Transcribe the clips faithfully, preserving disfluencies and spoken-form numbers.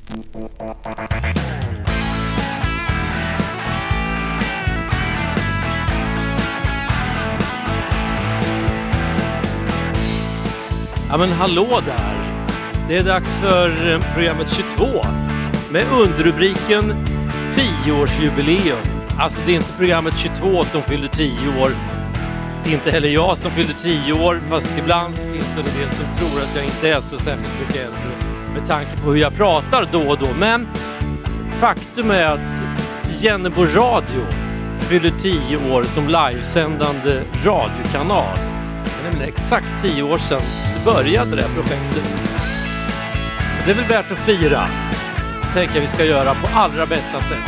Ja men hallå där! Det är dags för programmet tjugotvå med underrubriken tioårsjubileum. Alltså det är inte programmet tjugotvå som fyller tio år. Det är inte heller jag som fyller tio år. Fast ibland så finns det en del som tror att jag inte är så särskilt mycket äldre. Med tanke på hur jag pratar då och då. Men faktum är att Jennebo Radio fyller tio år som livesändande radiokanal. Det är nämligen exakt tio år sedan det började det här projektet. Och det är väl värt att fira. Tänker jag vi ska göra på allra bästa sätt.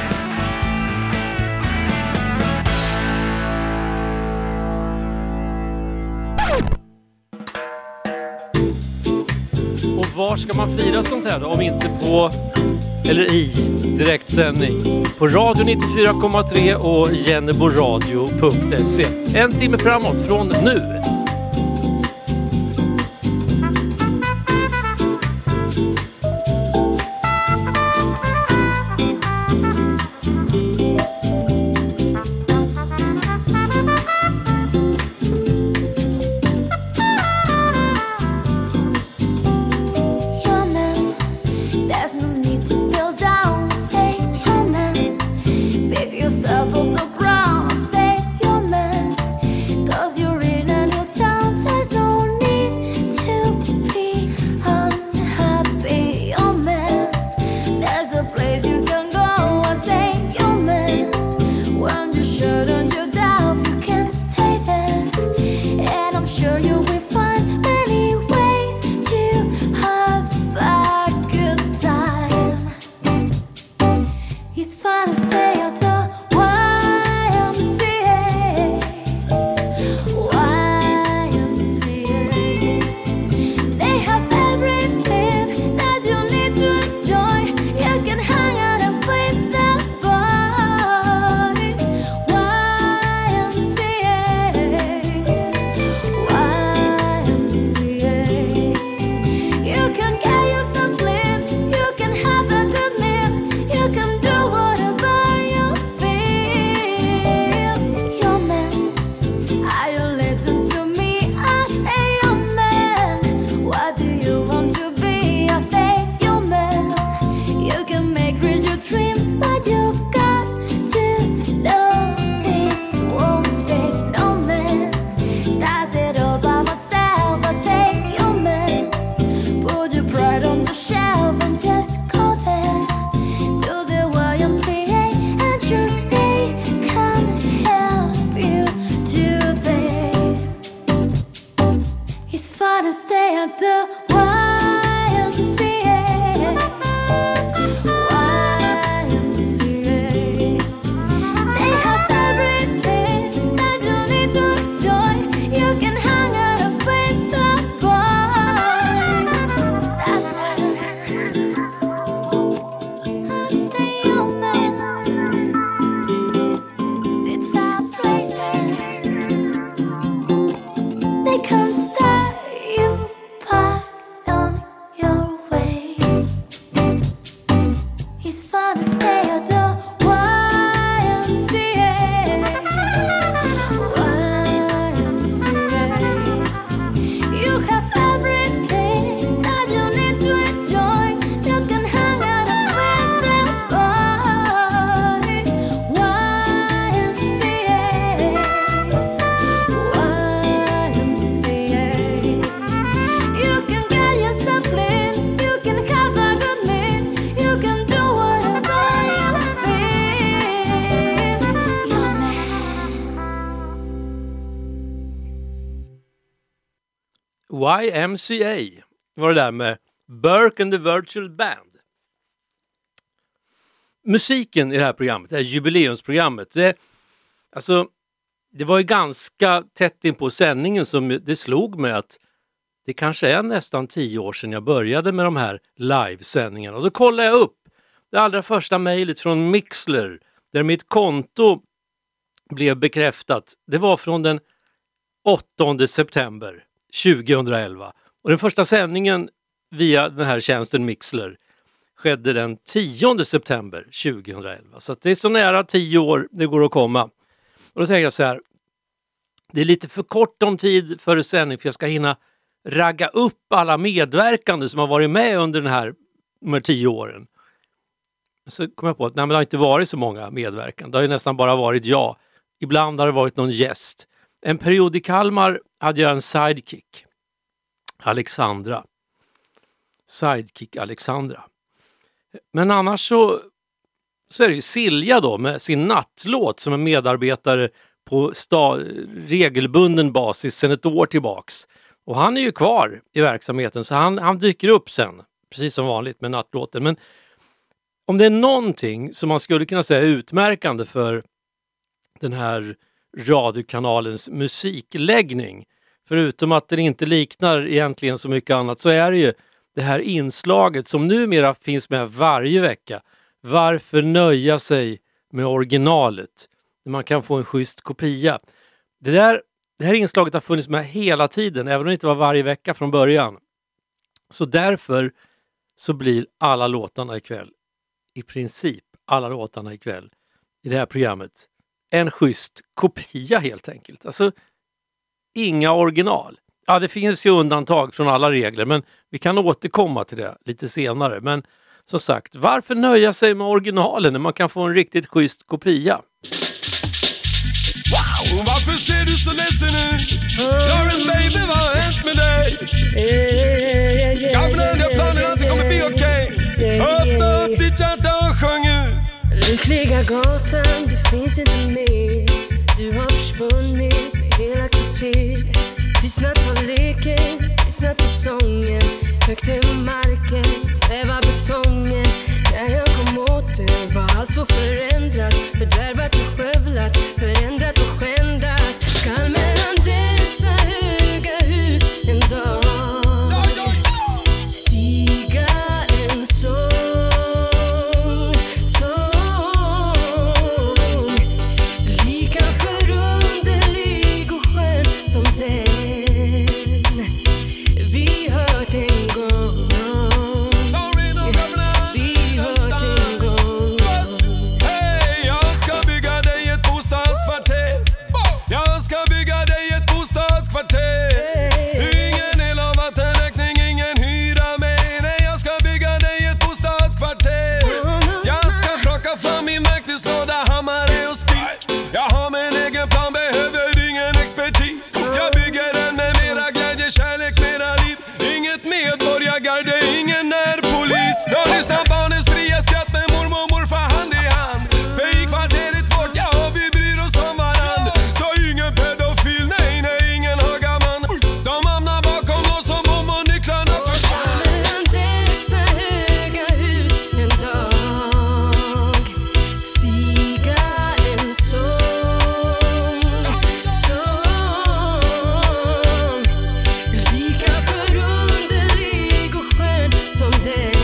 Och var ska man fira sånt här då? Om inte på, eller i, direktsändning. På Radio nittiofyra komma tre och jenneboradio punkt se. En timme framåt från nu. Y M C A var det där med Burke and the Virtual Band. Musiken i det här programmet, det här jubileumsprogrammet, det, alltså, det var ju ganska tätt in på sändningen som det slog mig att det kanske är nästan tio år sedan jag började med de här livesändningarna. Och då kollade jag upp det allra första mejlet från Mixler där mitt konto blev bekräftat. Det var från den åttonde september tjugohundraelva. Och den första sändningen via den här tjänsten Mixler skedde den tionde september tjugohundraelva. Så att det är så nära tio år det går att komma. Och då tänker jag så här, det är lite för kort om tid för sändning för jag ska hinna ragga upp alla medverkande som har varit med under den här, de här tio åren. Så kom jag på att nej, men det har inte varit så många medverkande. Det har ju nästan bara varit jag. Ibland har det varit någon gäst. En period i Kalmar hade jag en sidekick. Alexandra. Sidekick Alexandra. Men annars så, så är det ju Silja då med sin nattlåt som är medarbetare på sta, regelbunden basis sedan ett år tillbaks. Och han är ju kvar i verksamheten så han, han dyker upp sen. Precis som vanligt med nattlåten. Men om det är någonting som man skulle kunna säga är utmärkande för den här radiokanalens musikläggning, förutom att den inte liknar egentligen så mycket annat, så är det ju det här inslaget som numera finns med varje vecka. Varför nöja sig med originalet när man kan få en schysst kopia? Det, där, det här inslaget har funnits med hela tiden, även om det inte var varje vecka från början. Så därför så blir alla låtarna ikväll, i princip alla låtarna ikväll i det här programmet, en schysst kopia helt enkelt. Alltså inga original. Ja, det finns ju undantag från alla regler, men vi kan återkomma till det lite senare. Men som sagt, varför nöja sig med originalen när man kan få en riktigt schysst kopia? Wow, varför ser du så ledsen ut? Lauren baby, vad har hänt med dig? Jag vill ändå planen att det kommer bli okej. Öppna upp ditt hjärta och sjung ut. Lyckliga gatan, du finns inte mer. Du har försvunnit med hela kvarter. Tystnat har leken, tystnat har sången. Högt över marken, svävar betongen. När jag kom åt det var allt så förändrat. Fördärvat och skövlat, förändrat och skändat. Skall mellan dessa höga hus en dag stiga en sång, sång lika förunderlig och skön som den vi hört en gång. Vi hört en gång. Hej, jag ska bygga dig ett bostadskvarter. Jag ska bygga dig ett bostadskvarter. Ingen el och vattenräkning, ingen hyra med. Nej, jag ska bygga dig ett bostadskvarter. Jag ska plocka fram min verktygslåda, hammare och spik. Jag har min egen plan, behöver ingen expertis. Jag bygger den med mera glädje, kärlek, mera liv. Inget medborgargarde, ingen närpolis. Jag lyssnar barnens fria skratt med mormor och morfar hand i hand. För i kvarteret vårt, ja, vi bryr oss om varand. Så ingen pedofil, nej, nej, ingen hagaman. De hamnar bakom lås som om och nycklarna försvann. Mellan dessa höga hus en dag stiga en sång, sång lika förunderlig och skön som den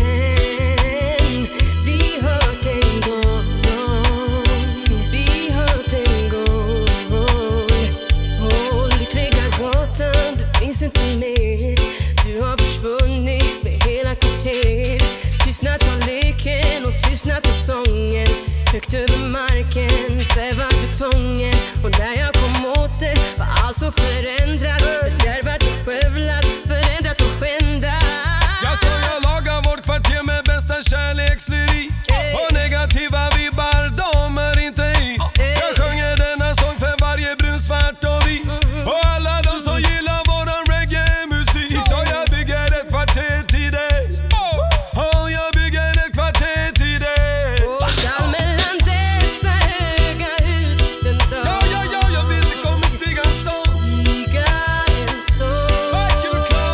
vi hört en gång. Vi hört en gång. Åh, lyckliga gatan, du finns inte mer. Du har försvunnit med hela kvarter. Tystnat har leken och tystnat har sången. Högt över marken svävar betongen. Och när jag kom åt det var allt så förändrat. Fördärvat och skövlat, förändrat och skändat. Jag sa jag lagar vårt kvarter med bästa kärlekslyrik. Och negativa vibbar, de är inte hit. Jag sjunger denna sång för varje brun, svart och vit. Och alla de som gillar våran reggae-musik. Så jag bygger ett kvarter till dig. Och jag bygger ett kvarter till dig. Och skall mellan dessa höga hus en dag Ja, ja, ja, jag vet det kommer stiga en sång. stiga en sång, Vacker och klar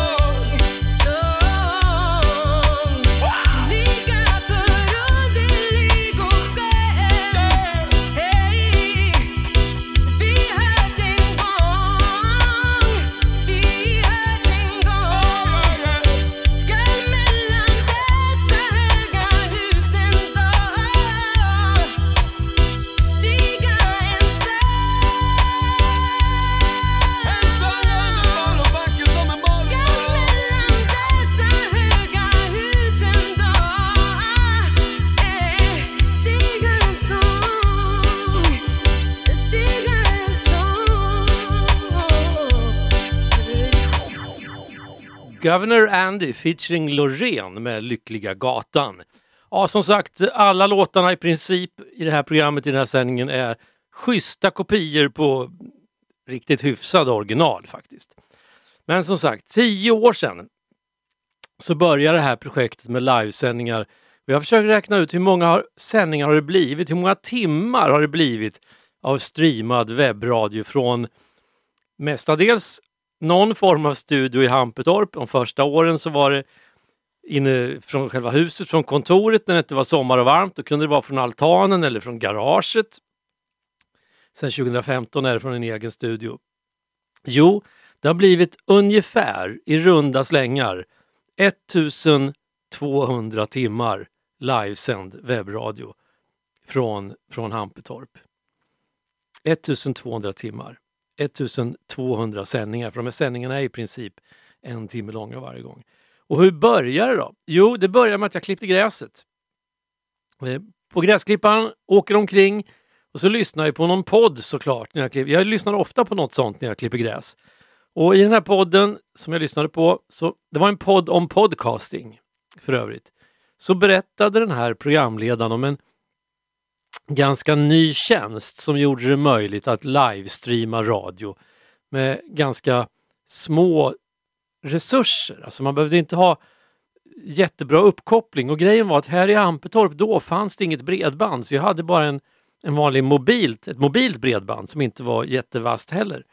Governor Andy featuring Loreen med Lyckliga gatan. Ja, som sagt, alla låtarna i princip i det här programmet, i den här sändningen, är schyssta kopior på riktigt hyfsade original faktiskt. Men som sagt, tio år sedan så började det här projektet med livesändningar. Och jag försöker räkna ut hur många sändningar har det blivit, hur många timmar har det blivit av streamad webbradio från mestadels någon form av studio i Hampetorp. De första åren så var det inne från själva huset, från kontoret när det inte var sommar och varmt. Då kunde det vara från altanen eller från garaget. Sen tjugohundrafemton är det från en egen studio. Jo, det har blivit ungefär i runda slängar ettusentvåhundra timmar livesänd webbradio från, från Hampetorp. ettusentvåhundra timmar. ettusentvåhundra sändningar. För de här sändningarna är i princip en timme långa varje gång. Och hur börjar det då? Jo, det börjar med att jag klippte gräset. På gräsklipparen åker omkring och så lyssnar jag på någon podd såklart. När jag, klipper. jag lyssnar ofta på något sånt när jag klipper gräs. Och i den här podden som jag lyssnade på, så det var en podd om podcasting för övrigt. Så berättade den här programledaren om en ganska ny tjänst som gjorde det möjligt att livestreama radio med ganska små resurser. Alltså man behövde inte ha jättebra uppkoppling, och grejen var att här i Hampetorp då fanns det inget bredband, så jag hade bara en, en vanlig mobilt, ett mobilt bredband som inte var jättevast heller.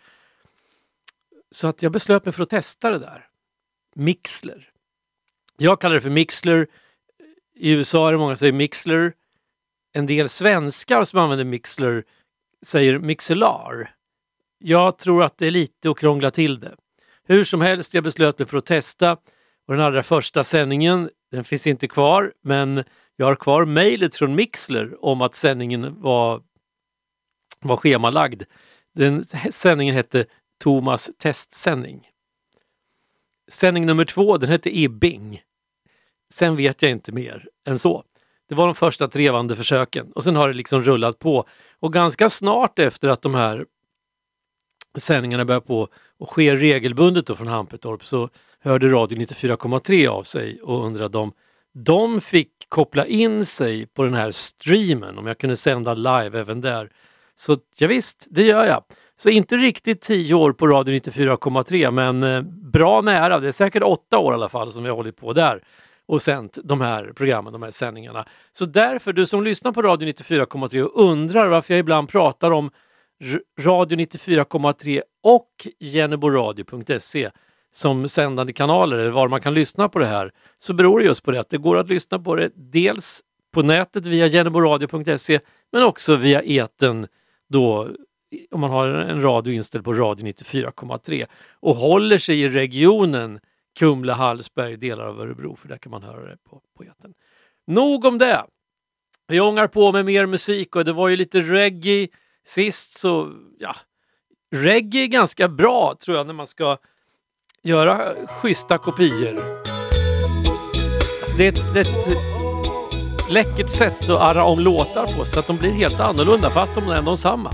Så att jag beslöt mig för att testa det där. Mixler. Jag kallar det för Mixler. I U S A är det många som säger Mixler. En del svenskar som använder Mixler säger Mixelar. Jag tror att det är lite att krångla till det. Hur som helst, jag beslöt mig för att testa. Och den allra första sändningen, den finns inte kvar. Men jag har kvar mejlet från Mixler om att sändningen var, var schemalagd. Den sändningen hette Thomas testsändning. Sändning nummer två, den hette Ibbing. Sen vet jag inte mer än så. Det var de första trevande försöken. Och sen har det liksom rullat på. Och ganska snart efter att de här sändningarna började på och sker regelbundet då från Hampetorp, så hörde Radio nittiofyra komma tre av sig och undrade om de fick koppla in sig på den här streamen, om jag kunde sända live även där. Så ja, visst, det gör jag. Så inte riktigt tio år på Radio nittiofyra komma tre, men eh, bra nära. Det är säkert åtta år i alla fall som jag har hållit på där och sänt de här programmen, de här sändningarna. Så därför, du som lyssnar på Radio nittiofyra komma tre och undrar varför jag ibland pratar om R- Radio nittiofyra komma tre och jenneboradio punkt se som sändande kanaler, eller var man kan lyssna på det här, så beror det just på det att det går att lyssna på det dels på nätet via jenneboradio punkt se, men också via eten då, om man har en radio inställd på Radio nittiofyra komma tre och håller sig i regionen Kumla, Hallsberg, delar av Örebro, för där kan man höra det på, på eten. Nog om det. Vi ångar på med mer musik, och det var ju lite reggae sist, så ja, reggae är ganska bra tror jag när man ska göra schyssta kopior. Alltså det är ett, det är ett läckert sätt att arra om låtar på så att de blir helt annorlunda fast de är ändå samma.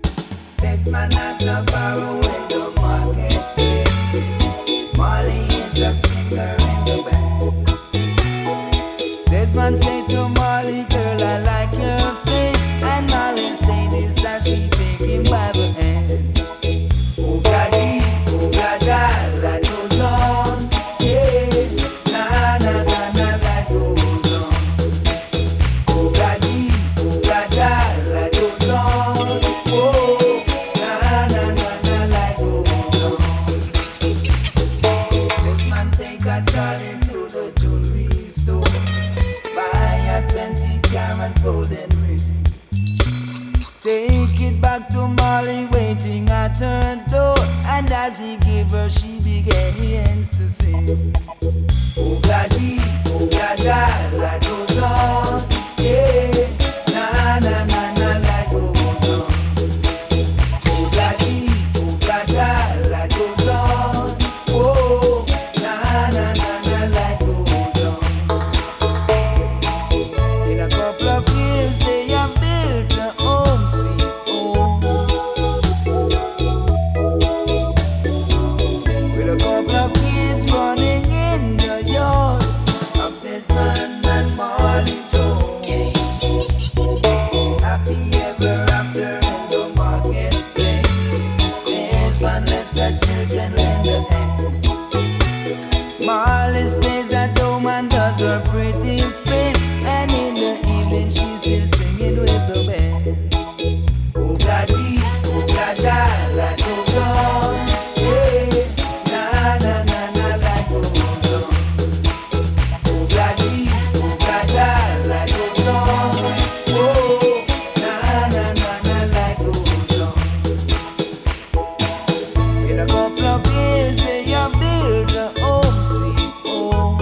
Man say to Molly, girl, I like your face. And Molly say this as she take him by the hand. Oh, Gadi, oh, Gada, that goes on. Yeah, na, na, na, na, that goes on. Oh, Gadi, oh, Gada, that goes on. Oh, na, na, na, na, that goes on. This man take a Charlie to the jewelry store. twenty carat golden ring. Take it back to Molly waiting at her door, and as he gave her she begins to sing. Oh Gadi, oh Gada, that goes on. Yeah, na na na na, that goes on. Oh Gadi, oh Gada, that goes on. Oh, na na na na, that goes on. In a couple of years they have built their own sweet home. With a couple of kids running her pretty face, and in the evening she's still singing with the band. Oh, bloody, oh, blada, life goes on. Yeah, na na na na, life goes on. Oh, bloody, oh, blada, life goes on. Oh, na na na na, life goes on. In a couple of years they have built a home, sweet home,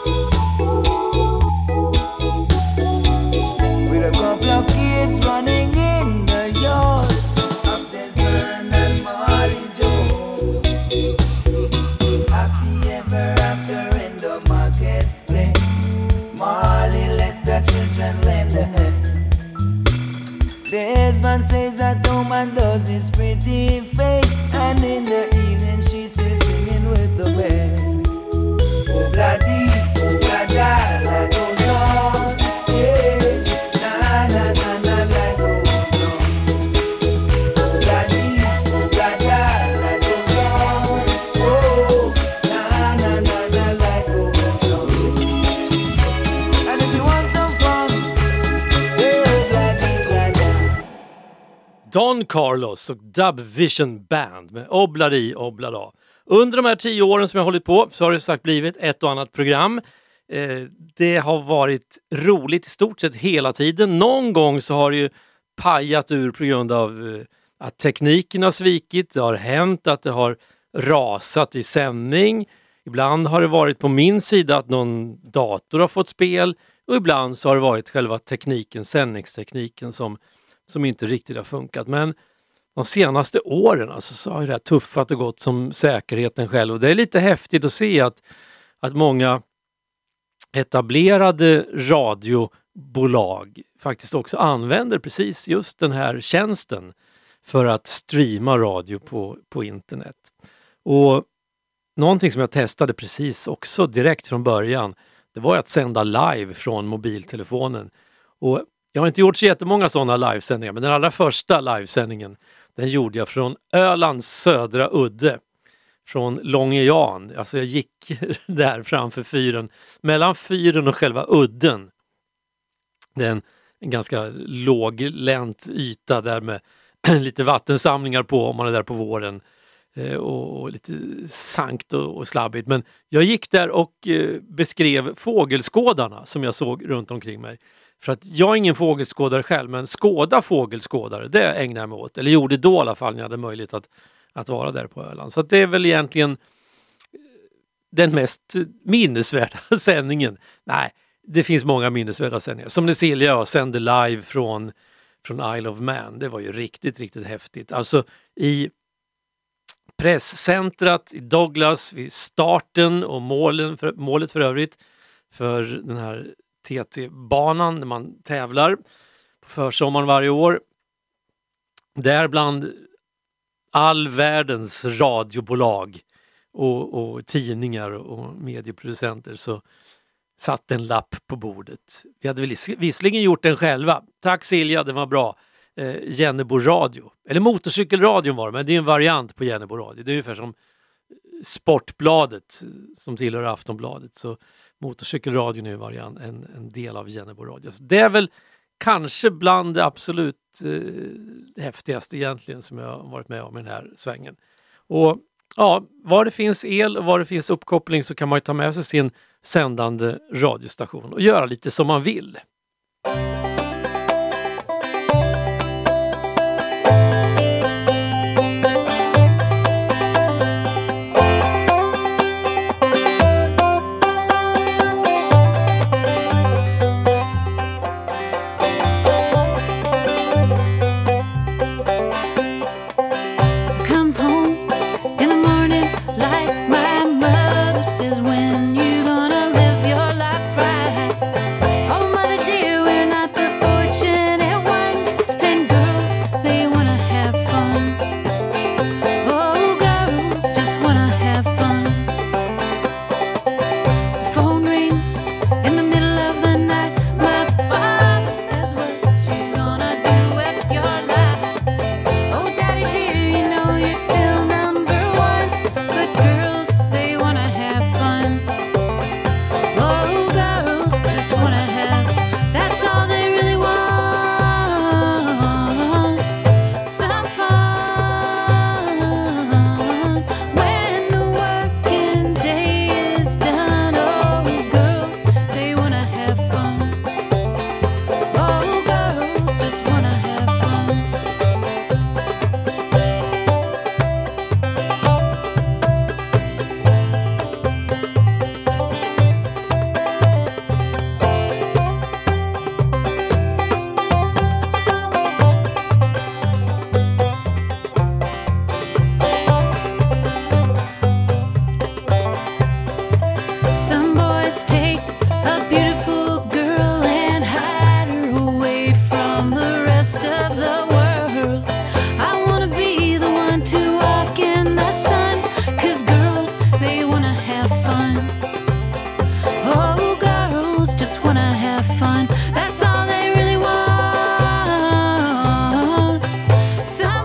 with a couple of kids running in the yard of Desmond and Molly Joe. Happy ever after in the marketplace. Molly let the children lend a hand. Desmond stays at home and does his pretty face, and in the evening she's still singing with the band. Oh, bloody, oh, blada, life goes on. Yeah, na na na na, life goes on. Oh, bloody, oh, blada, life goes on. Oh, na na na na, life goes on. And if you want some fun, say oh, bloody, blada. Don Carlos och Dub Vision Band med Obladi Oblada. Under de här tio åren som jag har hållit på så har det sagt blivit ett och annat program. Eh, det har varit roligt i stort sett hela tiden. Någon gång så har det ju pajat ur på grund av eh, att tekniken har svikit. Det har hänt att det har rasat i sändning. Ibland har det varit på min sida att någon dator har fått spel. Och ibland så har det varit själva tekniken, sändningstekniken som som inte riktigt har funkat. Men de senaste åren alltså, så har det här tuffat och gått som säkerheten själv. Och det är lite häftigt att se att, att många etablerade radiobolag faktiskt också använder precis just den här tjänsten för att streama radio på, på internet. Och någonting som jag testade precis också direkt från början, det var att sända live från mobiltelefonen. Och jag har inte gjort så jättemånga sådana livesändningar, men den allra första livesändningen den gjorde jag från Ölands södra udde, från Långejan. Alltså jag gick där framför fyren, mellan fyren och själva udden. Det är en, en ganska låglänt yta där med lite vattensamlingar på om man är där på våren. Eh, och, och lite sankt och, och slabbigt. Men jag gick där och eh, beskrev fågelskådarna som jag såg runt omkring mig. För att jag är ingen fågelskådare själv, men skåda fågelskådare, det ägnar jag mig åt. Eller gjorde då i alla fall när jag hade möjlighet att, att vara där på Öland. Så att det är väl egentligen den mest minnesvärda sändningen. Nej, det finns många minnesvärda sändningar. Som ni ser, jag sände live från, från Isle of Man. Det var ju riktigt, riktigt häftigt. Alltså i presscentrat i Douglas vid starten och målen för, målet för övrigt för den här T T-banan när man tävlar på försommaren varje år. Där bland all världens radiobolag och, och tidningar och medieproducenter så satt en lapp på bordet. Vi hade väl visserligen gjort den själva. Tack Silja, det var bra. Eh, Jennebo radio. Eller motorcykelradion var det, men det är en variant på Jennebo radio. Det är ungefär som Sportbladet som tillhör Aftonbladet. Så motorcykelradion är variant, en, en del av Jennebo radio. Så det är väl kanske bland det absolut eh, häftigaste egentligen som jag har varit med om i den här svängen. Och ja, var det finns el och var det finns uppkoppling så kan man ju ta med sig sin sändande radiostation och göra lite som man vill. Says when you gonna live your life right. Oh mother dear, girls just wanna have fun. That's all they really want. Some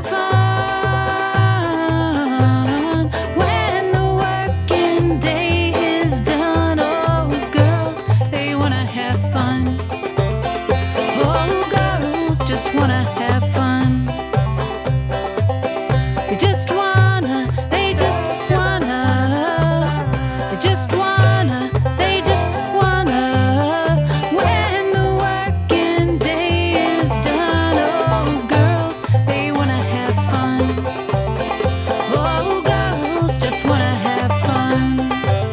fun when the working day is done. Oh, girls, they wanna have fun. Oh, girls just wanna have fun. They just wanna, they just wanna, they just wanna, they just wanna. When the working day is done, oh, girls, they wanna have fun. Oh, girls just wanna have fun.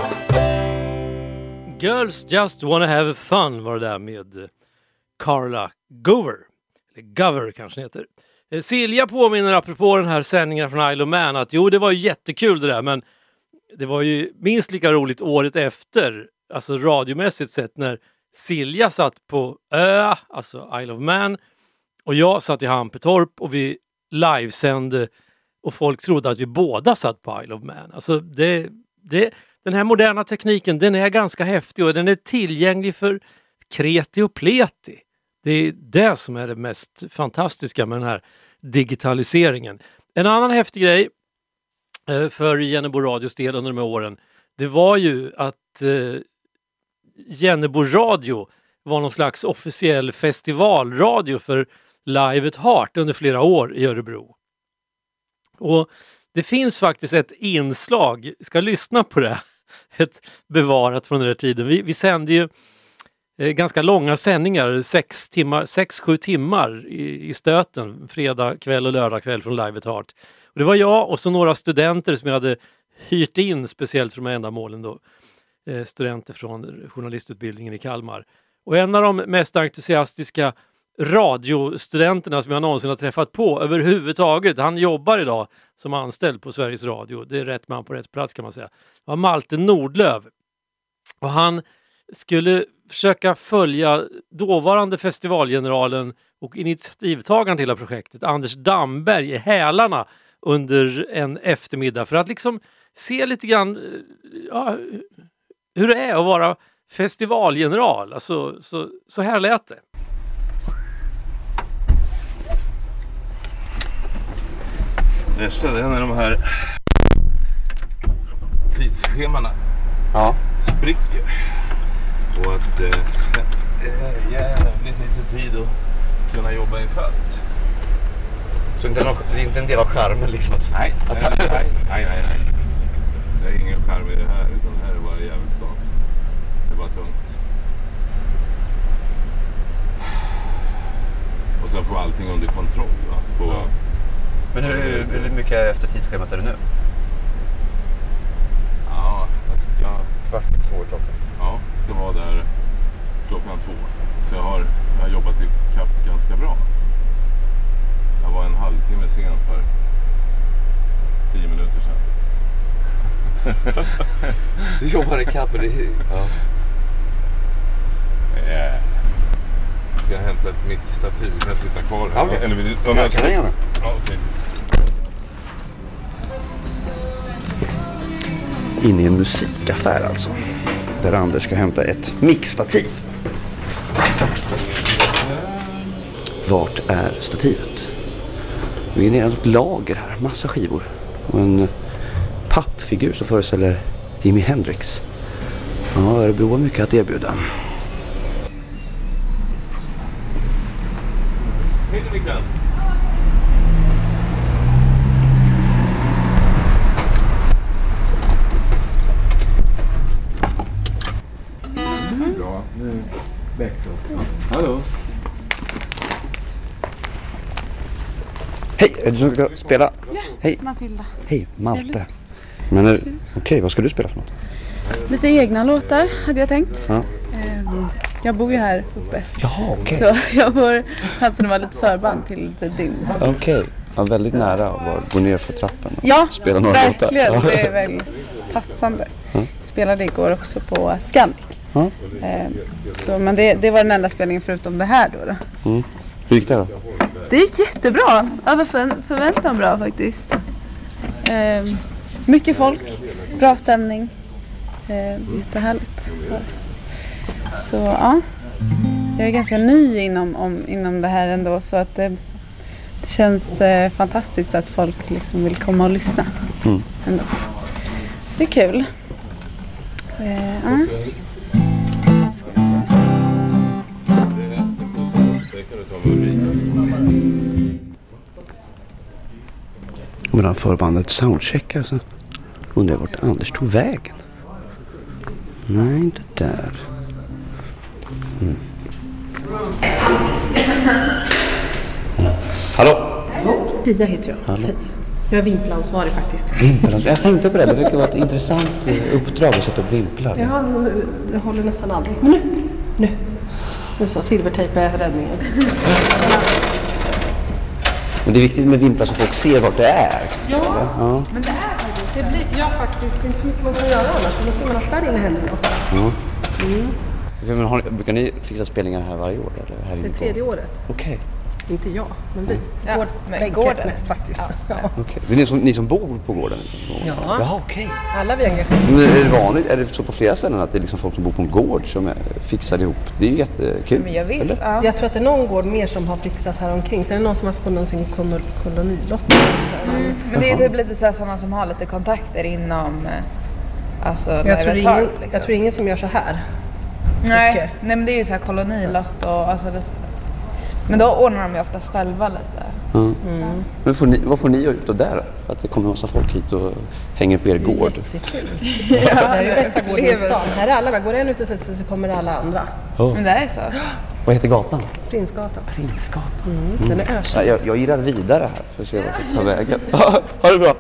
Girls Just Wanna Have Fun var det där med Carla Gover. Eller Gover kanske heter. Eh, Silja påminner apropå den här sändningen från Isle of Man att jo, det var ju jättekul det där, men det var ju minst lika roligt året efter, alltså radiomässigt sett, när Silja satt på Ö, alltså Isle of Man, och jag satt i Hampetorp och vi livesände och folk trodde att vi båda satt på Isle of Man. Alltså det, det, den här moderna tekniken, den är ganska häftig och den är tillgänglig för kreti och pleti. Det är det som är det mest fantastiska med den här digitaliseringen. En annan häftig grej eh, för Jennebo Radios del under de här åren, det var ju att eh, Jennebo Radio var någon slags officiell festivalradio för Live at Heart under flera år i Örebro. Och det finns faktiskt ett inslag, ska lyssna på det, ett bevarat från den här tiden. Vi, vi sände ju ganska långa sändningar, sex timmar, sex, sju timmar i, i stöten, fredag kväll och lördag kväll från Live at Heart. Och det var jag och så några studenter som jag hade hyrt in speciellt för de här ändamålen då. Eh, studenter från journalistutbildningen i Kalmar. Och en av de mest entusiastiska radiostudenterna som jag någonsin har träffat på överhuvudtaget, han jobbar idag som anställd på Sveriges Radio. Det är rätt man på rätt plats kan man säga. Det var Malte Nordlöv. Och han skulle försöka följa dåvarande festivalgeneralen och initiativtagaren till hela projektet, Anders Damberg, i hälarna under en eftermiddag för att liksom se lite grann ja, hur det är att vara festivalgeneral. Alltså, så, så här lät det. Värsta är när de här tidsschemana ja. spricker. Och att eh, det är jävligt lite tid att kunna jobba i fält. Så inte någon, det är inte en del av skärmen liksom att... Nej, att nej, nej, nej, nej, nej. Det är ingen skärm i det här, utan det här är bara jävelskap. Det är bara tungt. Och sen får allting under kontroll, va? På, ja. Men hur, hur, hur mycket efter tidsschemat är det nu? Ja, jag ska... Kvart i två klockan. Ja, jag ska vara där klockan två. Så jag har, jag har jobbat i kapp ganska bra. Jag var en halvtimme sen för tio minuter sedan. Du jobbar i kapp, det är... Ja. Yeah. Ska jag hämta ett mickstativ? Jag sitter kvar här. Okay. Eller vill du... Ja, kan jag gärna. Ja, okej. In i en musikaffär alltså. Där Anders ska hämta ett mixstativ. Vart är stativet? Vi är nere i ett lager här. Massa skivor. Och en pappfigur som föreställer Jimi Hendrix. Ja, Örebro har mycket att erbjuda. Hej då, Mikael. Bra. Nu backdrop. Hallå. Hej, är du som ska spela? Ja, hej. Matilda. Hej, Malte. Men är, okej, okay, vad ska du spela för något? Lite egna låtar hade jag tänkt. Ja. Um, jag bor ju här uppe. Jaha, okej. Så jag får alltså vara lite förband till The Dim. Okej, okay. Ja, väldigt så. Nära att bara gå ner för trappen och ja, spela några verkligen. låtar. Det är väldigt passande. Ja. Spelade igår också på Scandic. Ja. Um, så, men det, det var den enda spelningen förutom det här då. då. Mm. Hur gick det då? Det gick jättebra. Över för, förväntan bra faktiskt. Um, mycket folk. Bra stämning. Um, jättehärligt. Så ja, jag är ganska ny inom, om, inom det här ändå, så att det, det känns eh, fantastiskt att folk liksom vill komma och lyssna Mm. ändå. Så det är kul. Eh, ja. Ska vi se. Medan förbandet soundcheckar så undrar jag vart Anders tog vägen. Nej, inte där. Mm. Mm. Hallå? Pia heter jag. Hallå. Hej. Jag är vimplansvarig faktiskt. Vimplar. Jag tänkte på det. Det verkar vara ett intressant eh, uppdrag att sätta upp vimplar. Ja, det håller nästan aldrig. Men nu, nu. Nu så, silvertejp är räddningen. Men det är viktigt med vimplar så folk ser vart det är. Ja, ja. men det är faktiskt. Det blir, ja faktiskt, det är inte så mycket man kan göra annars. Men då ser man att där inne händer något. Ja. Mm. Men har, brukar ni fixa spelningar här varje år? Eller här Det är inne på? tredje året. Okej. Inte jag, men vi. Ja, Gård, men bägge gården. mest faktiskt. Ja. Ja. Okay. Det är ni som, ni som bor på gården? Ja. Jaha, okej. Alla vi engagerar. Men är det vanligt, är det så på flera ställen att det är liksom folk som bor på en gård som är, fixar ihop? Det är ju jättekul. Men jag vet, eller? ja. Jag tror att det är någon gård mer som har fixat här omkring. Sen är det någon som har haft på någonsin kolon, kolonilott. Mm. Men det är typ lite så här, sådana som har lite kontakter inom eh, alltså, Jag tror, ingen, liksom. jag tror ingen som gör så här. Nej, Mycket. nej, men det är ju så här kolonilott och alltså det, men då ordnar de ju oftast själva lite. Mm. Mm. Men får ni, vad får ni göra ut där då? För att det kommer en massa folk hit och hänger på er gård? Jättekul. Ja, det här är ju bästa gården i upplevelsen. stan. Här är alla med. Går en ut och sätter sig så kommer alla andra. Oh. Men det är så. Vad heter gatan? Prinsgatan. Prinsgatan. Mm. Den är ökänd. Ja, jag, jag girar vidare här för att se vart det tar vägen. Ha det bra!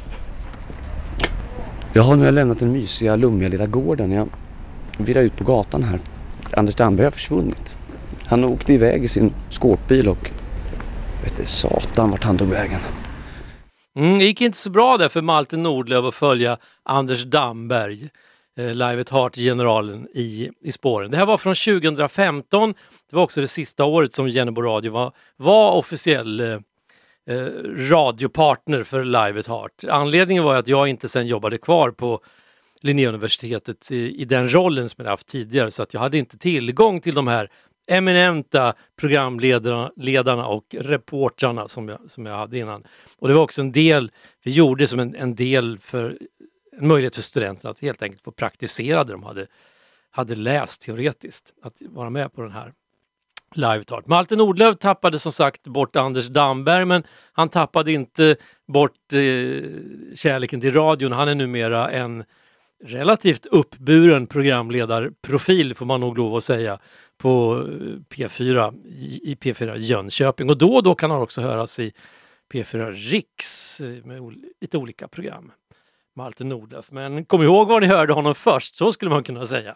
Jag har nu lämnat den mysiga, lummiga lilla gården. Jag virar ut på gatan här. Anders Damberg har försvunnit. Han åkte iväg i sin skåpbil och vet du, satan vart han tog vägen. Mm, det gick inte så bra där för Malte Nordlöf att följa Anders Damberg, eh, Live at Heart-generalen i, i spåren. Det här var från tjugohundrafemton. Det var också det sista året som Jennebo Radio var, var officiell eh, eh, radiopartner för Live at Heart. Anledningen var att jag inte sen jobbade kvar på Linnéuniversitetet i, i den rollen som jag haft tidigare, så att jag hade inte tillgång till de här eminenta programledarna ledarna och reportrarna som jag, som jag hade innan. Och det var också en del, vi gjorde som en, en del för en möjlighet för studenterna att helt enkelt få praktisera det de hade, hade läst teoretiskt, att vara med på den här Live at Heart. Malte Nordlöf tappade som sagt bort Anders Damberg, men han tappade inte bort eh, kärleken till radion. Han är numera en relativt uppburen programledarprofil, får man nog lov att säga, på P fyra i P fyra Jönköping. Och då och då kan han också höras i P fyra Riks med o- lite olika program. Malte Nordlöf. Men kom ihåg var ni hörde honom först, så skulle man kunna säga.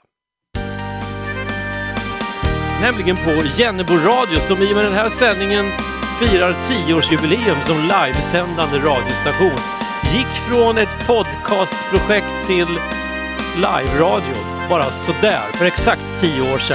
Nämligen på Jennebo Radio, som i och med den här sändningen firar tioårsjubileum som livesändande radiostation. Gick från ett podcastprojekt till live-radio bara sådär för exakt tio år sedan.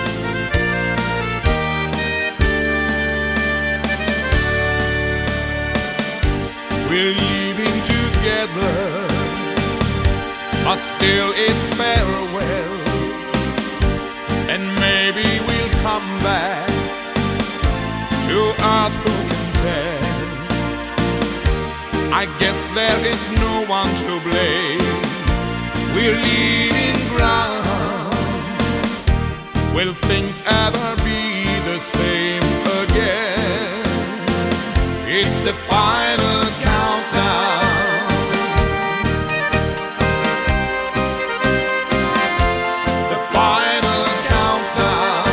We're living together, but still it's farewell. And maybe we'll come back to earth, who can tell? I guess there is no one to blame. We're leaving ground. Will things ever be the same again? It's the final countdown. The final countdown.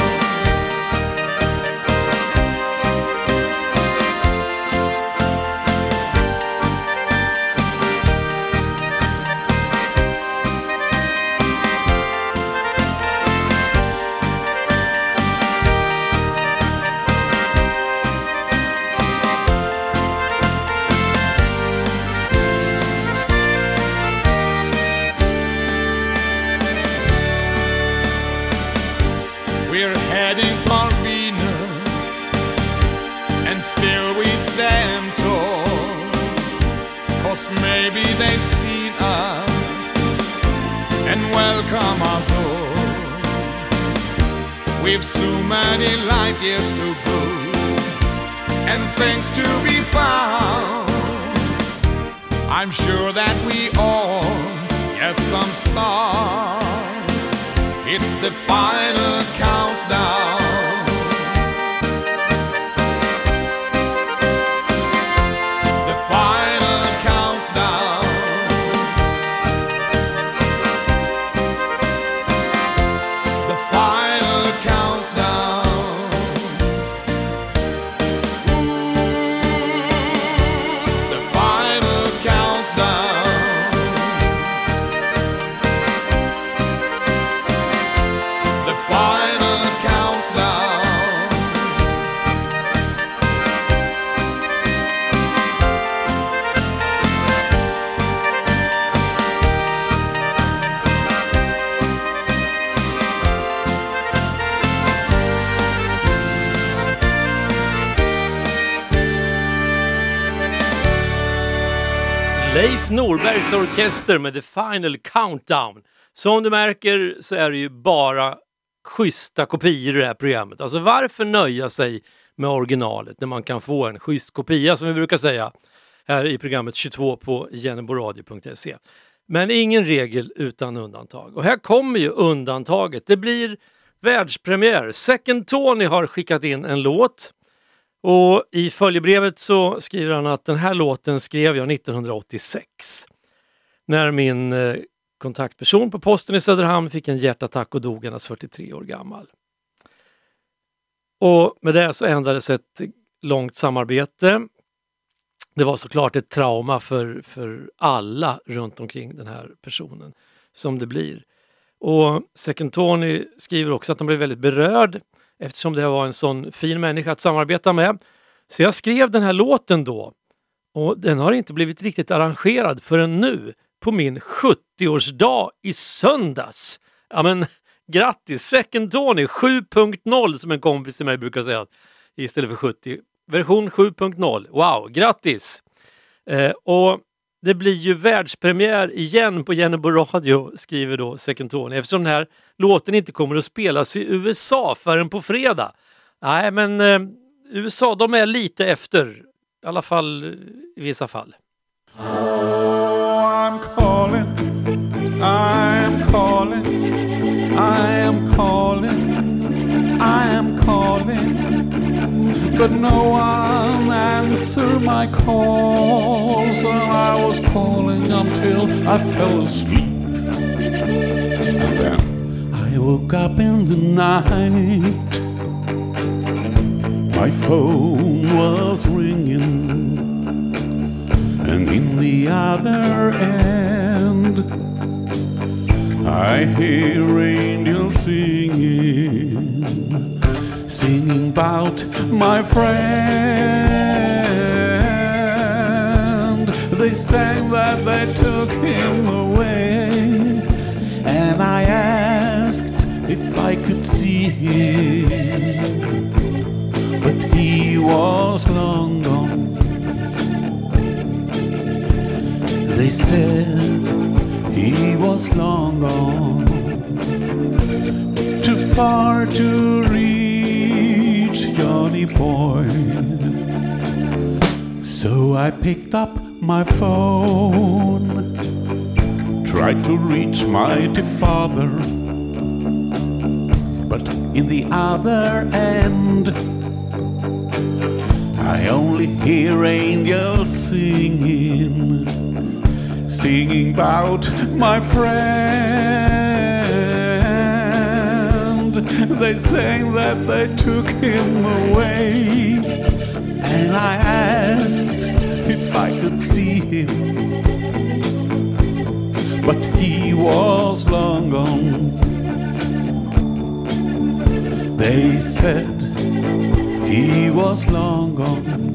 We're heading for Venus, and still we stand tall. 'Cause maybe they've seen us and welcome us all. We've so many light years to go, and things to be found. I'm sure that we all get some stars. It's the final countdown. The final countdown. The final countdown. Ooh, the final countdown. The final countdown. Leif Norbergs orkester med The Final Countdown. Som du märker så är det ju bara schyssta kopior i det här programmet. Alltså varför nöja sig med originalet när man kan få en schysst kopia, som vi brukar säga här i programmet tjugotvå på jenneboradio punkt se. Men ingen regel utan undantag. Och här kommer ju undantaget. Det blir världspremiär. Second Tony har skickat in en låt. Och i följebrevet så skriver han att den här låten skrev jag nittonhundraåttiosex. När min eh, kontaktperson på posten i Söderhamn fick en hjärtattack och dog endast fyrtiotre år gammal. Och med det så ändrades ett långt samarbete. Det var såklart ett trauma för, för alla runt omkring den här personen som det blir. Och Second Tony skriver också att han blev väldigt berörd eftersom det var en sån fin människa att samarbeta med. Så jag skrev den här låten då. Och den har inte blivit riktigt arrangerad förrän nu på min sjuttioårsdag i söndags. Ja men grattis Second Tony sju punkt noll som en kompis till mig brukar säga istället för sjuttio. Version sju punkt noll. Wow, grattis! Eh, och det blir ju världspremiär igen på Jenneboradio, skriver då Second Tony. Eftersom den här låten inte kommer att spelas i U S A förrän på fredag. Nej, men eh, U S A, de är lite efter. I alla fall i vissa fall. Oh, I'm calling, I'm calling, I am calling, I am calling, but no one answer my calls, and I was calling until I fell asleep, and then I woke up in the night, my phone was ringing, and in the other end I hear angels singing, singing about my friend. They sang that they took him away, and I asked if I could see him, but he was long gone. They said he was long gone, too far to reach, Johnny boy. So I picked up my phone, tried to reach mighty father, but in the other end I only hear angels singing, singing about my friend. They sang that they took him away, and I asked if I could see him, but he was long gone. They said he was long gone,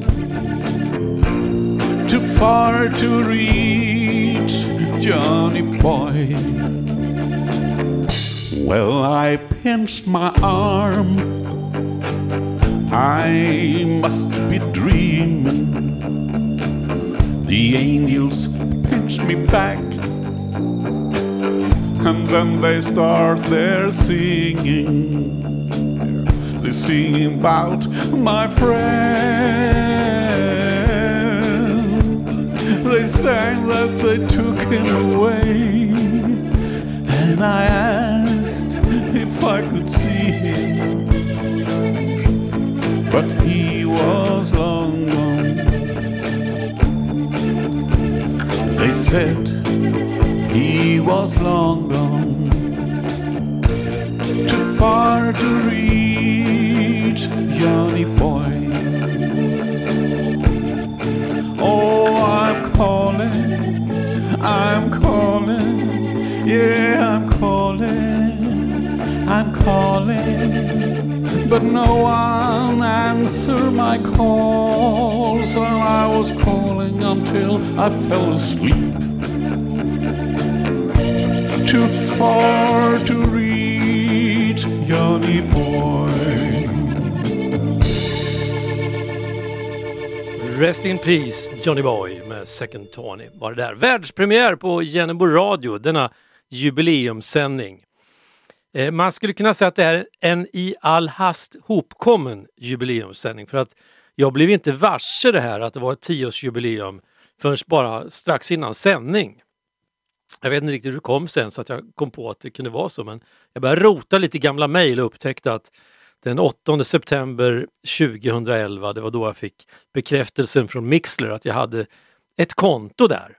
too far to reach, Johnny boy. Well, I pinched my arm, I must be dreaming. The angels pinched me back, and then they start their singing, singing about my friend. They sang that they took him away, and I asked if I could see him, but he was long gone. They said he was long gone, too far to reach, Johnny boy. Oh, I'm calling, I'm calling, yeah, I'm calling, I'm calling, but no one answered my calls, and I was calling until I fell asleep. Too far to reach, Johnny boy. Rest in peace, Johnny Boy med Second Tony var det där. Världspremiär på Jennebo Radio, denna jubileumssändning. Eh, man skulle kunna säga att det är en i all hast hopkommen jubileumssändning, för att jag blev inte varse det här att det var ett tioårsjubileum förrän bara strax innan sändning. Jag vet inte riktigt hur det kom sen så att jag kom på att det kunde vara så, men jag började rota lite i gamla mejl och upptäckte att den åttonde september tjugohundraelva, det var då jag fick bekräftelsen från Mixler att jag hade ett konto där.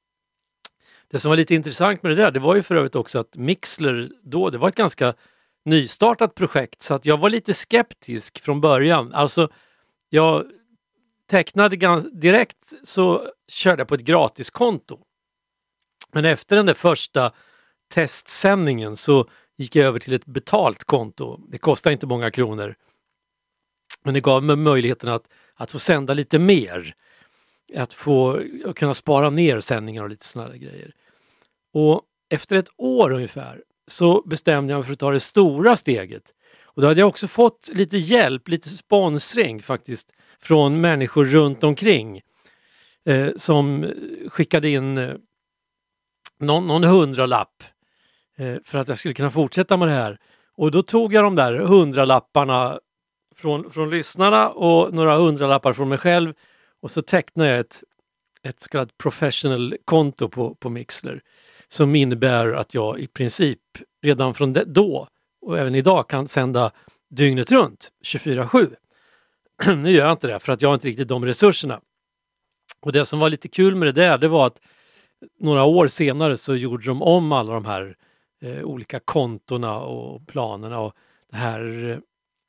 Det som var lite intressant med det där, det var ju för övrigt också att Mixler då, det var ett ganska nystartat projekt, så att jag var lite skeptisk från början. Alltså, jag tecknade gans- direkt så körde jag på ett gratiskonto. Men efter den där första testsändningen så gick jag över till ett betalt konto. Det kostar inte många kronor, men det gav mig möjligheten att, att få sända lite mer. Att få att kunna spara ner sändningar och lite sådana grejer. Och efter ett år ungefär så bestämde jag mig för att ta det stora steget. Och då hade jag också fått lite hjälp, lite sponsring faktiskt från människor runt omkring eh, som skickade in eh, någon, någon hundralapp eh, för att jag skulle kunna fortsätta med det här. Och då tog jag de där hundralapparna från, från lyssnarna och några hundralappar från mig själv, och så tecknade jag ett, ett så kallat professional konto på, på Mixler, som innebär att jag i princip redan från det, då och även idag kan sända dygnet runt tjugofyra sju. Nu gör jag inte det för att jag har inte riktigt de resurserna. Och det som var lite kul med det där, det var att några år senare så gjorde de om alla de här eh, olika kontona och planerna, och det här eh,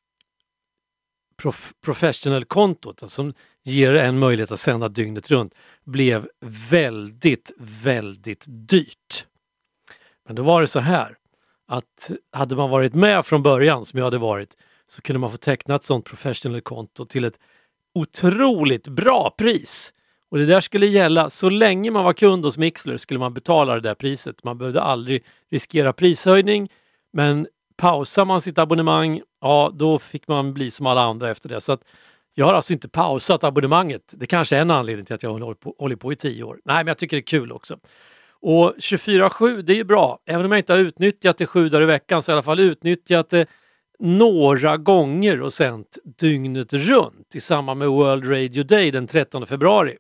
prof- professional-kontot, alltså, som ger en möjlighet att sända dygnet runt, blev väldigt, väldigt dyrt. Men då var det så här att hade man varit med från början, som jag hade varit, så kunde man få teckna ett sånt professional-konto till ett otroligt bra pris. Och det där skulle gälla så länge man var kund hos Mixler, skulle man betala det där priset. Man behövde aldrig riskera prishöjning, men pausar man sitt abonnemang, ja, då fick man bli som alla andra efter det. Så att jag har alltså inte pausat abonnemanget. Det kanske är en anledning till att jag håller på, håller på i tio år. Nej, men jag tycker det är kul också. Och tjugofyra sju, det är ju bra. Även om jag inte har utnyttjat det sju dagar i veckan, så har jag i alla fall utnyttjat det några gånger och sänt dygnet runt i samband med World Radio Day den trettonde februari.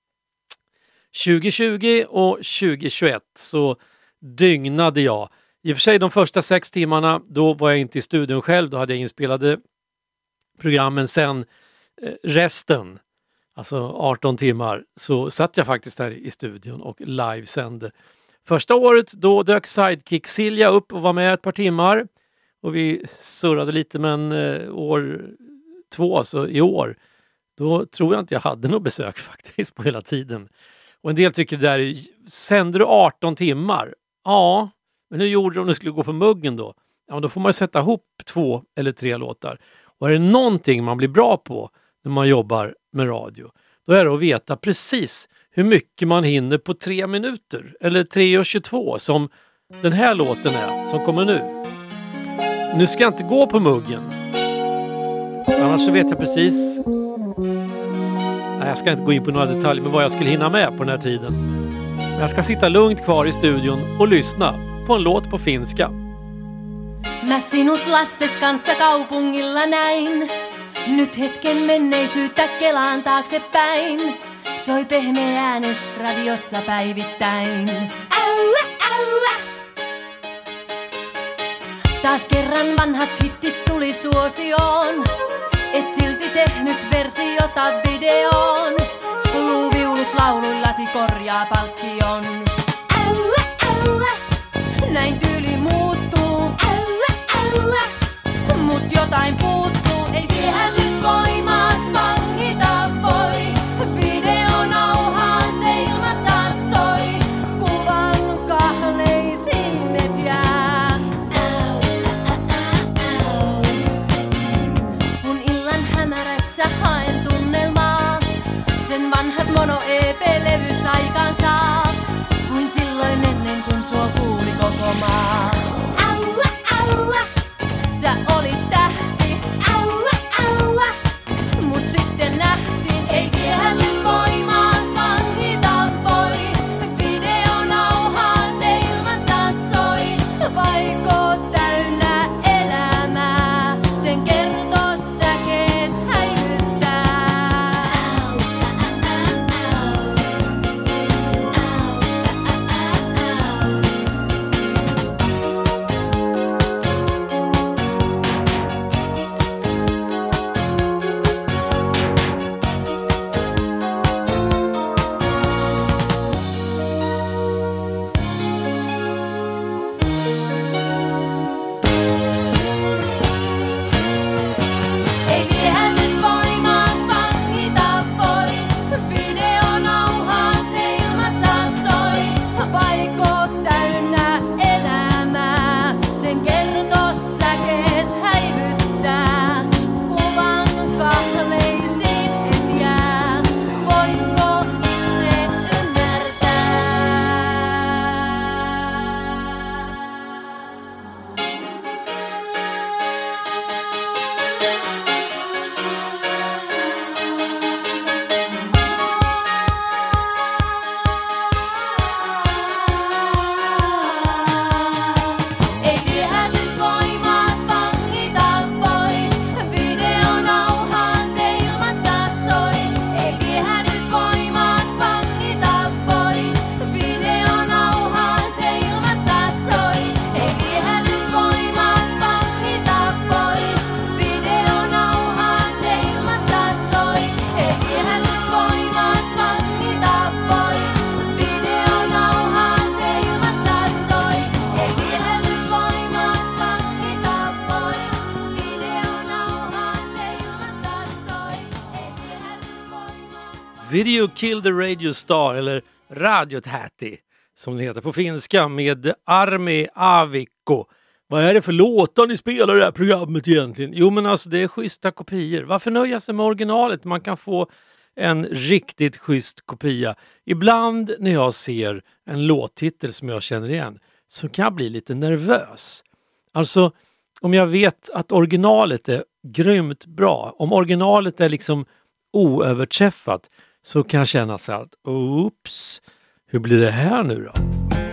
tjugohundratjugo och tjugohundratjugoett så dygnade jag. I och för sig de första sex timmarna, då var jag inte i studion själv. Då hade jag inspelade programmen. Sen eh, resten, alltså arton timmar, så satt jag faktiskt här i studion och livesände. Första året då dök Sidekick Silja upp och var med ett par timmar. Och vi surrade lite, men eh, år två, så i år, då tror jag inte jag hade något besök faktiskt på hela tiden. Och en del tycker det där är, sänder du arton timmar? Ja, men hur gjorde du om du skulle gå på muggen då? Ja, då får man sätta ihop två eller tre låtar. Och är det någonting man blir bra på när man jobbar med radio, då är det att veta precis hur mycket man hinner på tre minuter. Eller tre och tjugotvå, som den här låten är, som kommer nu. Nu ska jag inte gå på muggen. Annars så vet jag precis. Nej, jag ska inte gå in på några detaljer med vad jag skulle hinna med på den här tiden. Men jag ska sitta lugnt kvar i studion och lyssna på en låt på finska. Now Mä sinut lastes kanssa kaupungilla näin. Nyt hetken menneisyyttä kelaan taaksepäin. Soi pehmeä äänes radiossa päivittäin. Ällä, ällä. Taas kerran vanhat hittis tuli suosioon. Et silti tehnyt versiota videoon. Luuviulut lauluillasi korjaa palkkion. Ällä, ällä. Näin tyyli muuttuu. Ällä, ällä. Mut jotain puuttuu. Ei viehätysvoimaas vangita voi. Videonauhaan se ilmassa soi. Kuvan kahleisiin et jää. Kun illan hämärässä haen tunnelmaa. Sen vanhat mono-E P-levys aikaan saa. Kuin silloin ennen kun sua kuuli koko maa. Aua, aua. Sä olit tähti. Aua, aua. Mut sitten nähtiin. Ei viehätysvoimaas vangita voi. Videonauhaan se ilmassa soi. Vaiko täynnä elämää. Sen kertoo säkeet häivyttää. Ei viehätysvoimaas vangita voi. Videonauhaan se ilmassa soi. Vaiko täynnä elämää. Sen kertoo säkeet häivyttää. Kuvan kahleisiin et jää. Voitko itse ymmärtää? Ei viehätysvoimaas vangita voi. Videonauhaan se ilmassa soi. Ei viehätysvoimaas vangita voi. Videonauhaan se ilmassa soi. Ei viehätysvoimaas vangita voi. Videonauhaan se ilmassa soi. Ei viehätysvoimaas vangita voi. Videonauhaan se ilmassa soi. Ei viehätysvoimaas vangita voi. Videonauhaan se ilmassa soi. Ei viehätysvoimaas. Video Kill the Radio Star, eller Radiotähti som det heter på finska, med Armi Avikko. Vad är det för låtar ni spelar i det här programmet egentligen? Jo, men alltså det är schyssta kopior. Varför nöja sig med originalet? Man kan få en riktigt schysst kopia. Ibland när jag ser en låttitel som jag känner igen så kan jag bli lite nervös. Alltså, om jag vet att originalet är grymt bra, om originalet är liksom oöverträffat, så kan jag känna så här att oops, hur blir det här nu då?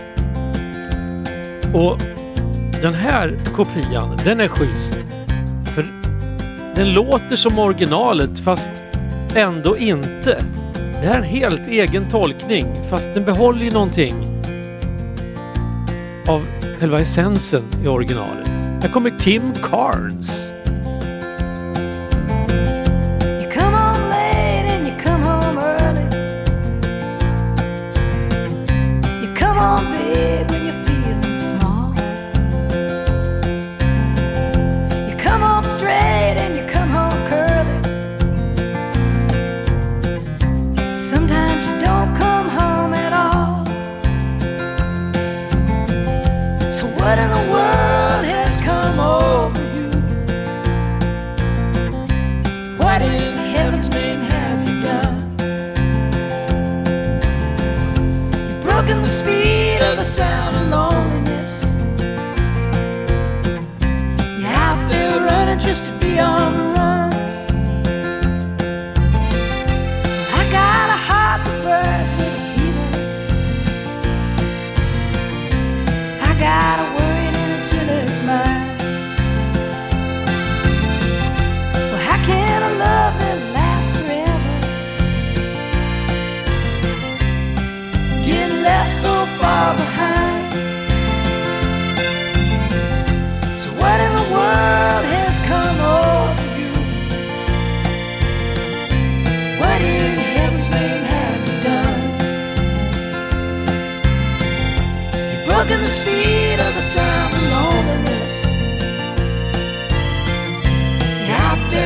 Och den här kopian, den är schysst. För den låter som originalet fast ändå inte. Det här är en helt egen tolkning, fast den behåller ju någonting av själva essensen i originalet. Här kommer Kim Carnes. You come home late and you come home early. You come home big when you're feeling small. You come home straight and you come home curly. Sometimes you don't come home at all. So what in the world has come over you?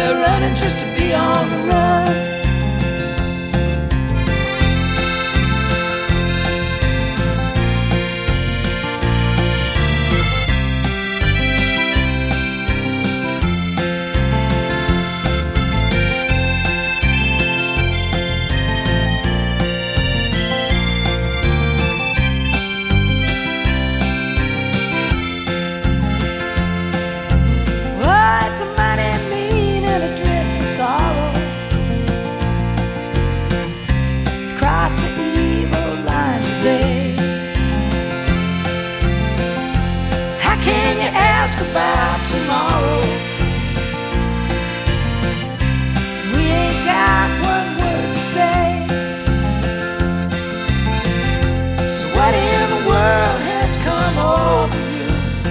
there running just to be on the run. About tomorrow, we ain't got one word to say. So what in the world has come over you?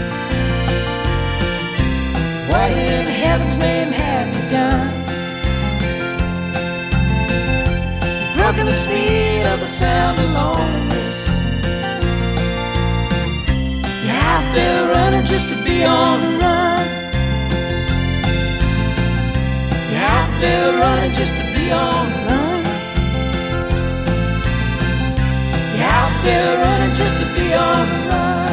What in heaven's name have you done? Broken the speed of the sound of loneliness. Out there running just to be on the run. You're out there running just to be on the run. You're out there running just to be on the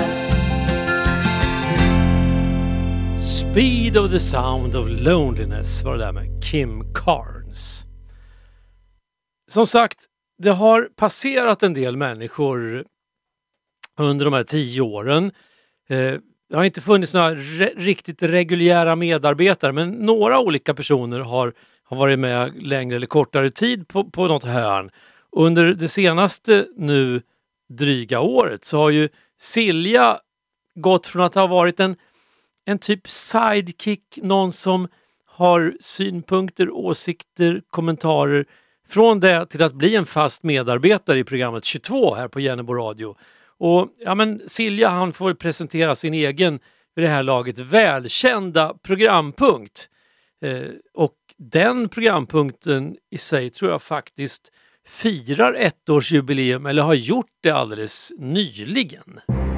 run. Speed of the sound of loneliness var det där med Kim Carnes. Som sagt, det har passerat en del människor under de här tio åren. Det har inte funnits några re- riktigt reguljära medarbetare, men några olika personer har, har varit med längre eller kortare tid på, på något hörn. Under det senaste nu dryga året så har ju Silja gått från att ha varit en, en typ sidekick, någon som har synpunkter, åsikter, kommentarer, från det till att bli en fast medarbetare i programmet tjugotvå här på Jennebo Radio. Och ja, men Silja, han får presentera sin egen, vid det här laget, välkända programpunkt. Eh, och den programpunkten i sig tror jag faktiskt firar ettårsjubileum, eller har gjort det alldeles nyligen.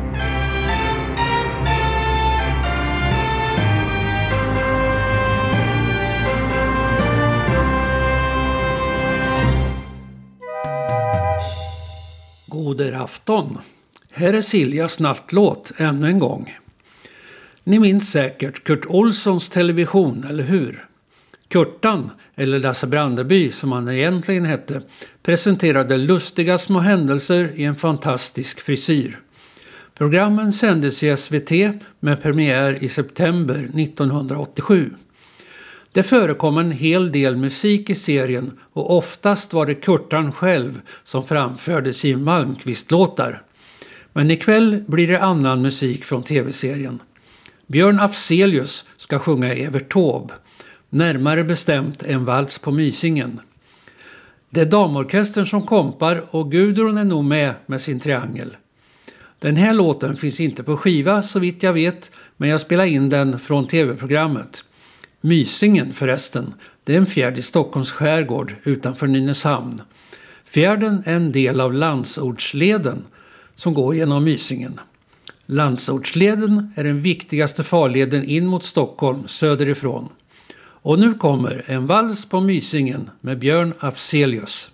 Goder afton. Här är Siljas nattlåt ännu en gång. Ni minns säkert Kurt Olssons television, eller hur? Kurtan, eller Lasse Brandeby som han egentligen hette, presenterade lustiga små händelser i en fantastisk frisyr. Programmen sändes i S V T med premiär i september nittonhundraåttiosju. Det förekom en hel del musik i serien och oftast var det Kurtan själv som framförde Siw Malmkvist-låtar. Men ikväll blir det annan musik från tv-serien. Björn Afzelius ska sjunga Evert Taube, närmare bestämt en vals på Mysingen. Det är damorkestern som kompar och Gudrun är nog med med sin triangel. Den här låten finns inte på skiva så vitt jag vet, men jag spelar in den från tv-programmet. Mysingen förresten, det är en fjärd i Stockholms skärgård utanför Nynäshamn. Fjärden är en del av Landsortsleden som går genom Mysingen. Landsortsleden är den viktigaste farleden in mot Stockholm söderifrån. Och nu kommer en vals på Mysingen med Björn Afzelius.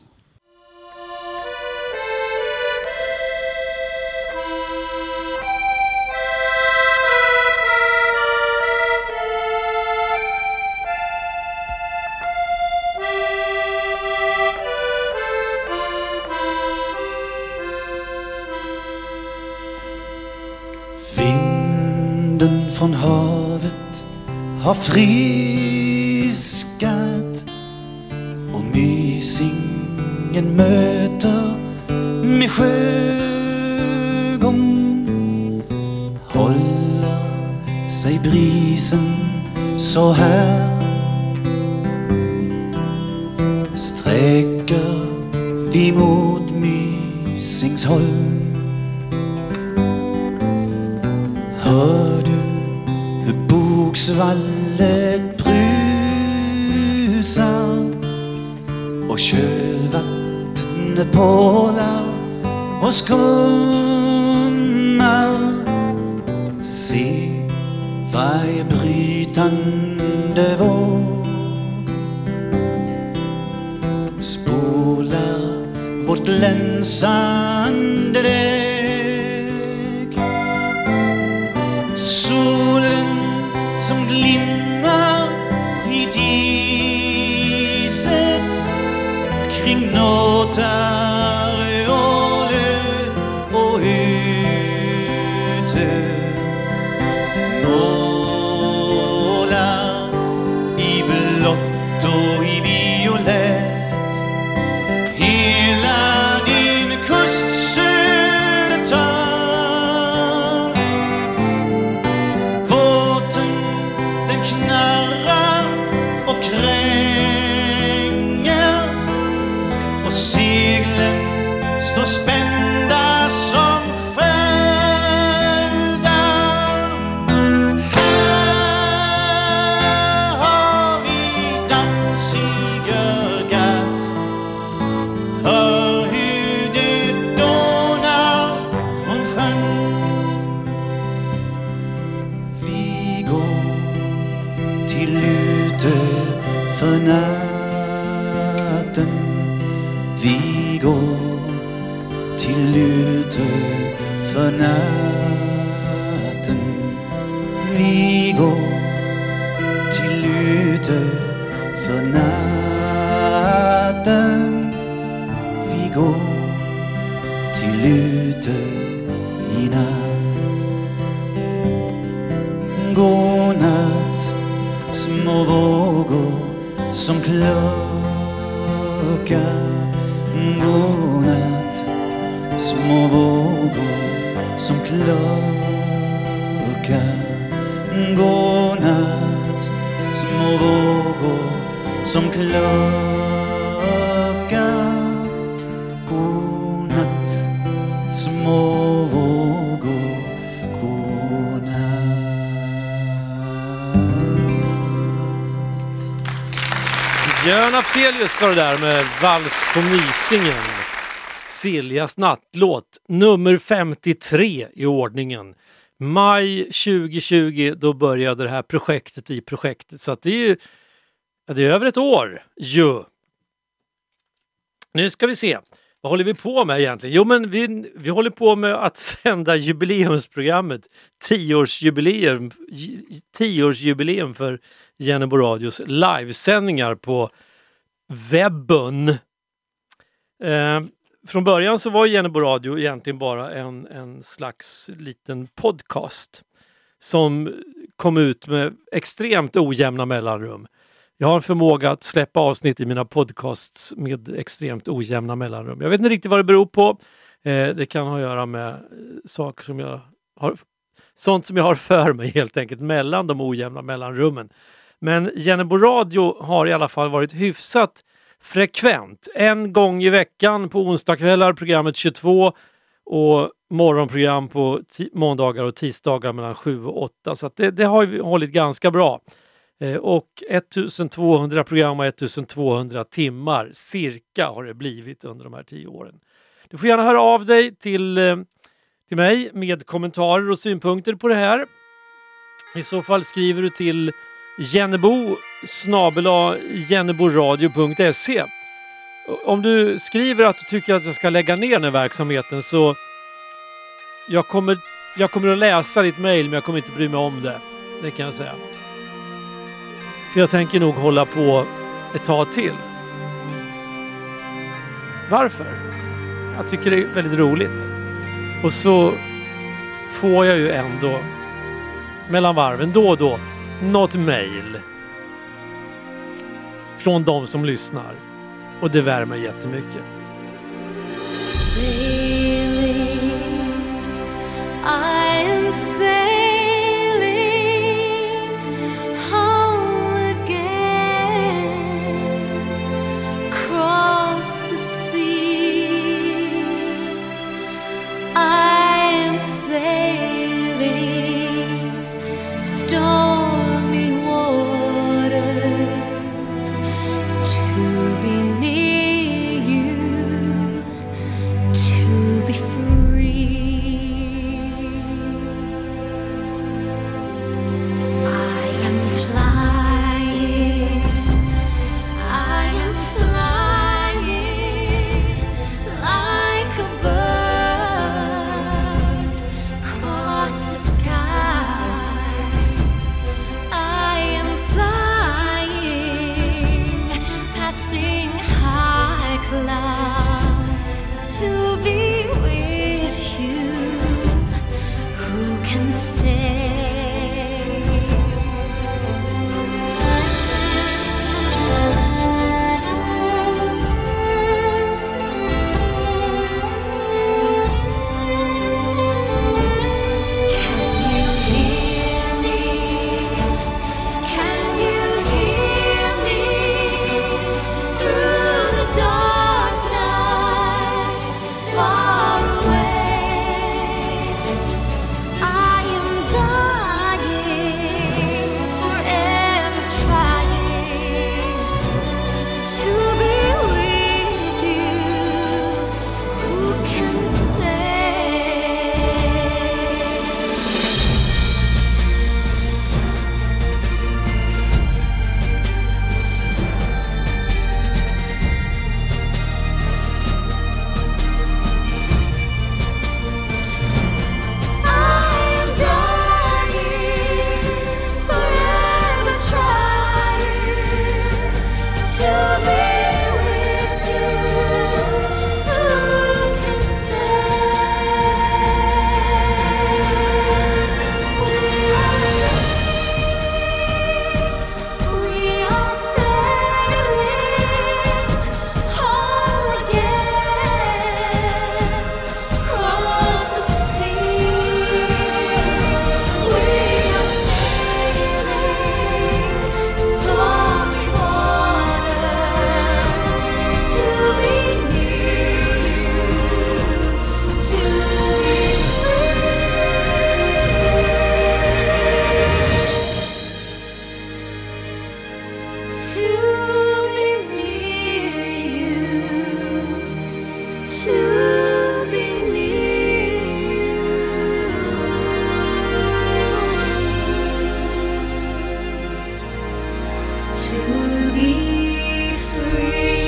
Från havet har friskat och Mysingen möter med sjögång. Håller sig brisen så här, sträcker vi mot Mysingsholm. Hör du hur Bogsvallet brusar och kölvattnet porlar och skummar? Se varje brytande våg spolar vårt glänsande däck. Solen som glimmar i diset kring nåtareole och hytte. Målar i blått och i violett hela din kust Södertörn. Båten den knarrar och kränger och seglen står spända som sköldar. Här har vi dans i ögat. Hör hur det dånar från sjön. Vi går till ute för natten. Vi går till ute för natten. Vi går till ute för natten. Vi går till ute i natt. Godnatt, små vågor som kluckar. Godnatt, små vågor som kluckar. Godnatt, små vågor som kluckar. Godnatt, små vågor. Björn Afzelius var det där med Vals på Mysingen. Siljas nattlåt nummer femtiotre i ordningen. Maj tjugohundratjugo, då började det här projektet i projektet. Så att det är ju ja, det är över ett år. Jo. Nu ska vi se. Vad håller vi på med egentligen? Jo, men vi, vi håller på med att sända jubileumsprogrammet. Tioårsjubileum, tioårsjubileum för Jennebo Radios livesändningar på webben. Eh, från början så var Jennebo Radio egentligen bara en, en slags liten podcast som kom ut med extremt ojämna mellanrum. Jag har en förmåga att släppa avsnitt i mina podcasts med extremt ojämna mellanrum. Jag vet inte riktigt vad det beror på. Eh, det kan ha att göra med saker som jag har, sånt som jag har för mig helt enkelt mellan de ojämna mellanrummen. Men Jennebo Radio har i alla fall varit hyfsat frekvent. En gång i veckan på onsdagskvällar programmet tjugotvå och morgonprogram på t- måndagar och tisdagar mellan sju och åtta. Så att det, det har ju hållit ganska bra. Eh, och ettusentvåhundra program och ettusentvåhundra timmar cirka har det blivit under de här tio åren. Du får gärna höra av dig till, eh, till mig med kommentarer och synpunkter på det här. I så fall skriver du till Jennebo snabel-a jenneboradio punkt se. Om du skriver att du tycker att jag ska lägga ner den här verksamheten så jag kommer, jag kommer att läsa ditt mejl, men jag kommer inte bry mig om det. Det kan jag säga. För jag tänker nog hålla på ett tag till. Varför? Jag tycker det är väldigt roligt. Och så får jag ju ändå mellan varven då och då något mejl från de som lyssnar. Och det värmer jättemycket. Sailing, I am sailing home again, across the sea. I am sailing stormy waters to be near you, to be free.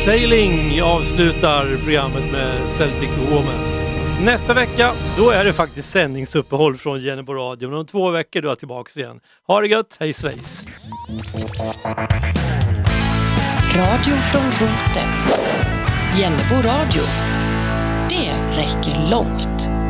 Sailing avslutar programmet med Celtic Woman. Nästa vecka, då är det faktiskt sändningsuppehåll från Jennebo Radio. Men om två veckor då är jag tillbaka igen. Ha det gött, hej svejs! Radio från roten. Jennebo Radio. Det räcker långt.